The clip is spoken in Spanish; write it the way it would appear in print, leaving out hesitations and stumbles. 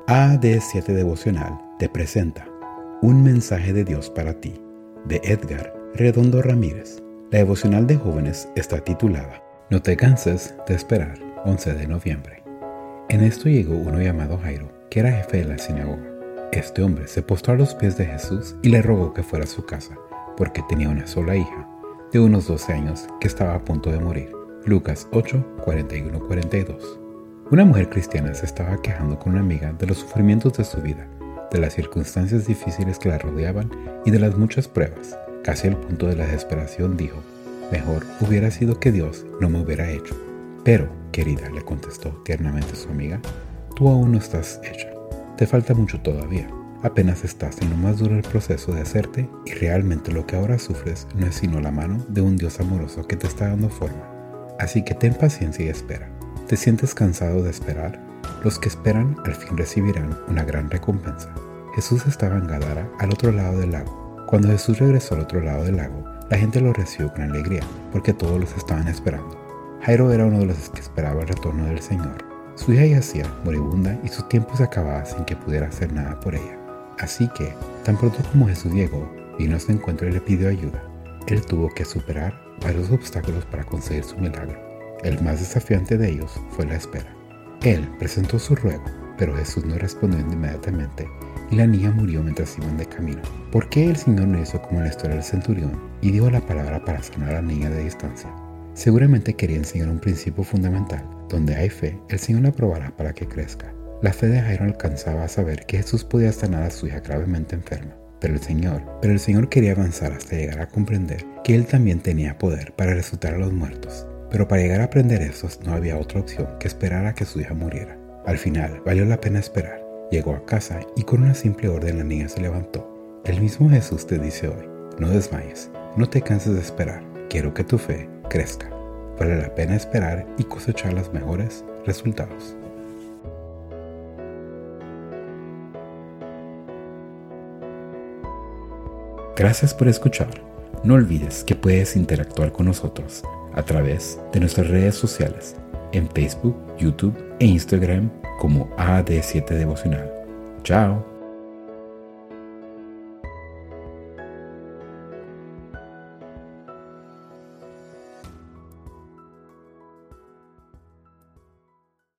AD7 Devocional te presenta Un mensaje de Dios para ti, de Edgar Redondo Ramírez. La devocional de jóvenes está titulada No te canses de esperar, 11 de noviembre. En esto llegó uno llamado Jairo, que era jefe de la sinagoga. Este hombre se postró a los pies de Jesús y le rogó que fuera a su casa, porque tenía una sola hija, de unos 12 años, que estaba a punto de morir. Lucas 8, 41-42. Una mujer cristiana se estaba quejando con una amiga de los sufrimientos de su vida, de las circunstancias difíciles que la rodeaban y de las muchas pruebas. Casi al punto de la desesperación dijo: mejor hubiera sido que Dios no me hubiera hecho. Pero, querida, le contestó tiernamente su amiga, tú aún no estás hecha. Te falta mucho todavía. Apenas estás en lo más duro del proceso de hacerte y realmente lo que ahora sufres no es sino la mano de un Dios amoroso que te está dando forma. Así que ten paciencia y espera. ¿Te sientes cansado de esperar? Los que esperan al fin recibirán una gran recompensa. Jesús estaba en Gadara, al otro lado del lago. Cuando Jesús regresó al otro lado del lago, la gente lo recibió con alegría, porque todos los estaban esperando. Jairo era uno de los que esperaba el retorno del Señor. Su hija yacía moribunda y su tiempo se acababa sin que pudiera hacer nada por ella. Así que, tan pronto como Jesús llegó, vino a su encuentro y le pidió ayuda. Él tuvo que superar varios obstáculos para conseguir su milagro. El más desafiante de ellos fue la espera. Él presentó su ruego, pero Jesús no respondió inmediatamente y la niña murió mientras iban de camino. ¿Por qué el Señor no hizo como en la historia del centurión y dijo la palabra para sanar a la niña de distancia? Seguramente quería enseñar un principio fundamental. Donde hay fe, el Señor la probará para que crezca. La fe de Jairo alcanzaba a saber que Jesús podía sanar a su hija gravemente enferma. Pero el Señor quería avanzar hasta llegar a comprender que Él también tenía poder para resucitar a los muertos. Pero para llegar a aprender eso no había otra opción que esperar a que su hija muriera. Al final, valió la pena esperar. Llegó a casa y con una simple orden la niña se levantó. El mismo Jesús te dice hoy: no desmayes, no te canses de esperar. Quiero que tu fe crezca. Vale la pena esperar y cosechar los mejores resultados. Gracias por escuchar. No olvides que puedes interactuar con nosotros a través de nuestras redes sociales en Facebook, YouTube e Instagram como AD7 Devocional. Chao.